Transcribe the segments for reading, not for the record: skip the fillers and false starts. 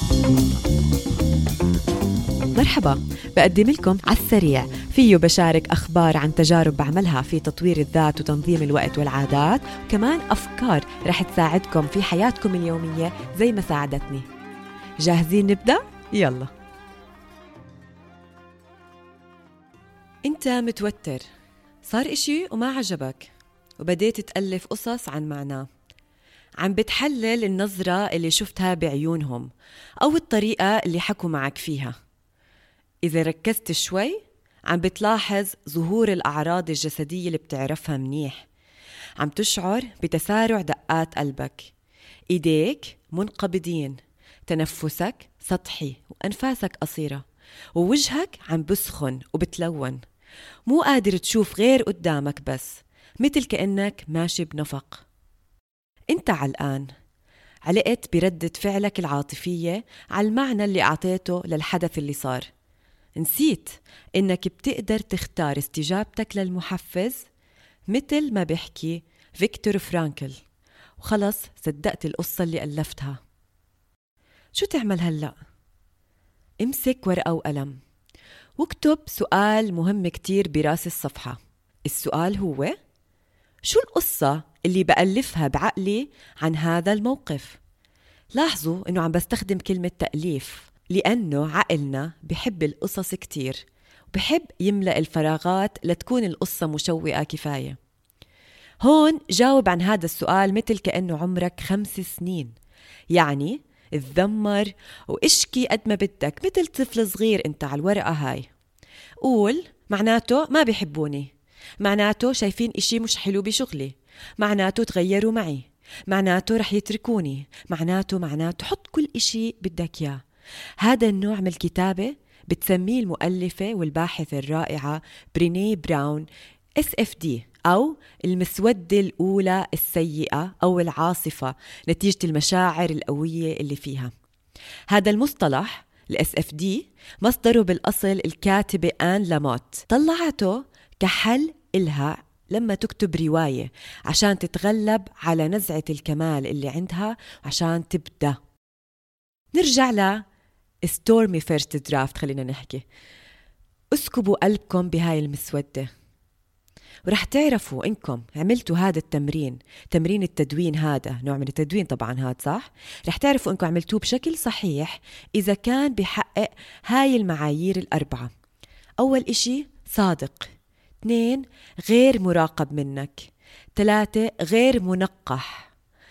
مرحبا، بقدم لكم على السريع فيه بشارك أخبار عن تجارب بعملها في تطوير الذات وتنظيم الوقت والعادات، وكمان أفكار رح تساعدكم في حياتكم اليومية زي ما ساعدتني. جاهزين نبدأ؟ يلا. أنت متوتر، صار إشي وما عجبك وبديت تألف قصص عن معناه، عم بتحلل النظرة اللي شفتها بعيونهم أو الطريقة اللي حكوا معك فيها. إذا ركزت شوي عم بتلاحظ ظهور الأعراض الجسدية اللي بتعرفها منيح. عم تشعر بتسارع دقات قلبك، إيديك منقبضين، تنفسك سطحي وأنفاسك قصيرة، ووجهك عم بسخن وبتلون، مو قادر تشوف غير قدامك بس، مثل كأنك ماشي بنفق. انت علقان، علقت بردة فعلك العاطفية على المعنى اللي أعطيته للحدث اللي صار. نسيت إنك بتقدر تختار استجابتك للمحفز مثل ما بيحكي فيكتور فرانكل، وخلص صدقت القصة اللي ألفتها. شو تعمل هلأ؟ امسك ورقة وقلم واكتب سؤال مهم كتير براس الصفحة. السؤال هو: شو القصة اللي بألفها بعقلي عن هذا الموقف؟ لاحظوا إنه عم بستخدم كلمة تأليف لأنه عقلنا بحب القصص كتير وبحب يملأ الفراغات لتكون القصة مشوقة كفاية. هون جاوب عن هذا السؤال مثل كأنه عمرك 5 سنين، يعني تذمر واشكي قد ما بدك مثل طفل صغير انت على الورقة هاي. قول: معناته ما بيحبوني، معناته شايفين اشي مش حلو بشغلي، معناته تغيروا معي، معناته رح يتركوني، معناته حط كل اشي بدك اياه. هذا النوع من الكتابة بتسميه المؤلفة والباحثة الرائعة بريني براون SFD، أو المسودة الأولى السيئة أو العاصفة نتيجة المشاعر القوية اللي فيها. هذا المصطلح SFD مصدره بالأصل الكاتبة آن لاموت، طلعته كحل إلها لما تكتب رواية عشان تتغلب على نزعة الكمال اللي عندها عشان تبدأ. نرجع ل Stormy First Draft. خلينا نحكي، اسكبوا قلبكم بهاي المسودة ورح تعرفوا إنكم عملتوا هذا التمرين، تمرين التدوين، هذا نوع من التدوين طبعا، هذا صح. رح تعرفوا إنكم عملتوه بشكل صحيح إذا كان بيحقق هاي المعايير الأربعة. أول إشي صادق، 2 غير مراقب منك، 3 غير منقح،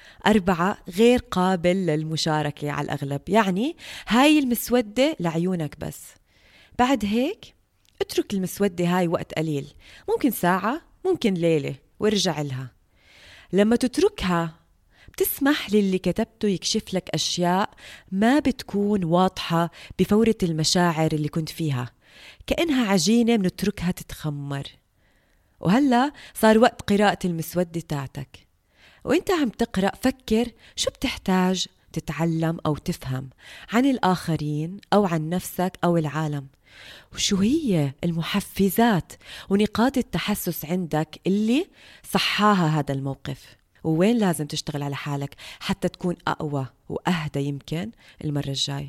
4 غير قابل للمشاركة على الأغلب، يعني هاي المسودة لعيونك بس. بعد هيك اترك المسودة هاي وقت قليل، ممكن ساعة، ممكن ليلة، وارجع لها. لما تتركها بتسمح للي كتبته يكشف لك أشياء ما بتكون واضحة بفورة المشاعر اللي كنت فيها، كأنها عجينة منتركها تتخمر. وهلأ صار وقت قراءة المسودة تاعتك، وانت عم تقرأ فكر شو بتحتاج تتعلم أو تفهم عن الآخرين أو عن نفسك أو العالم، وشو هي المحفزات ونقاط التحسس عندك اللي صحاها هذا الموقف، ووين لازم تشتغل على حالك حتى تكون أقوى وأهدى يمكن المرة الجاي.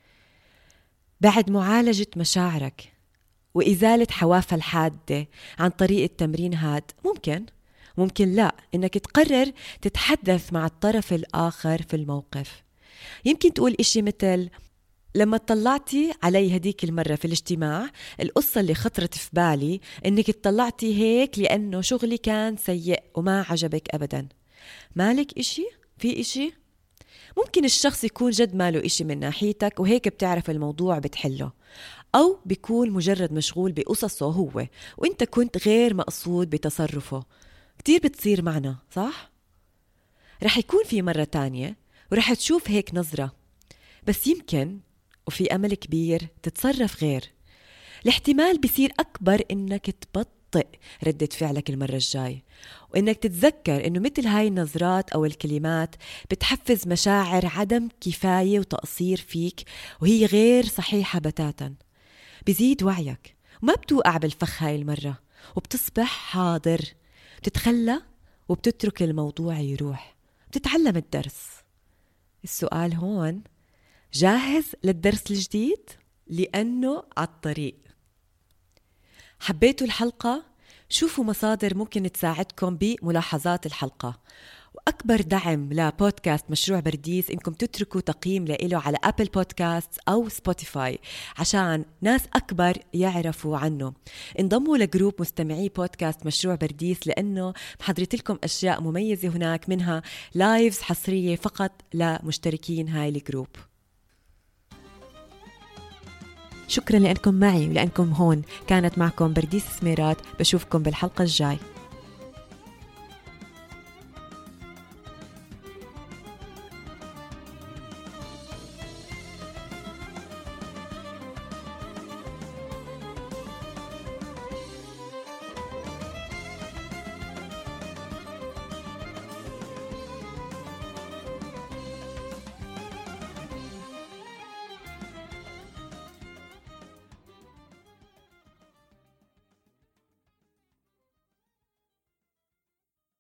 بعد معالجة مشاعرك وإزالة حوافة الحادة عن طريق التمرين هاد، ممكن لا إنك تقرر تتحدث مع الطرف الآخر في الموقف. يمكن تقول إشي مثل: لما طلعتي علي هديك المرة في الاجتماع، القصة اللي خطرت في بالي إنك طلعتي هيك لأنه شغلي كان سيء وما عجبك أبدا. مالك إشي؟ في إشي؟ ممكن الشخص يكون جد ماله إشي من ناحيتك وهيك بتعرف الموضوع بتحله، أو بيكون مجرد مشغول بقصصه هو وإنت كنت غير مقصود بتصرفه. كتير بتصير معنا، صح؟ رح يكون في مرة تانية ورح تشوف هيك نظرة، بس يمكن وفي أمل كبير تتصرف غير. الاحتمال بيصير أكبر إنك تبطئ ردة فعلك المرة الجاي، وإنك تتذكر إنه مثل هاي النظرات أو الكلمات بتحفز مشاعر عدم كفاية وتقصير فيك، وهي غير صحيحة بتاتا. بزيد وعيك وما بتوقع بالفخ هاي المرة، وبتصبح حاضر، بتتخلى وبتترك الموضوع يروح، بتتعلم الدرس. السؤال هون: جاهز للدرس الجديد؟ لأنه عالطريق. حبيتوا الحلقة؟ شوفوا مصادر ممكن تساعدكم بملاحظات الحلقة. وأكبر دعم لبودكاست مشروع برديس إنكم تتركوا تقييم له على أبل بودكاست أو سبوتيفاي عشان ناس أكبر يعرفوا عنه. انضموا لجروب مستمعي بودكاست مشروع برديس لأنه محضرت لكم أشياء مميزة هناك، منها لايفز حصرية فقط لمشتركين هاي الجروب. شكرا لأنكم معي ولأنكم هون. كانت معكم برديس سميرات. بشوفكم بالحلقة الجاي.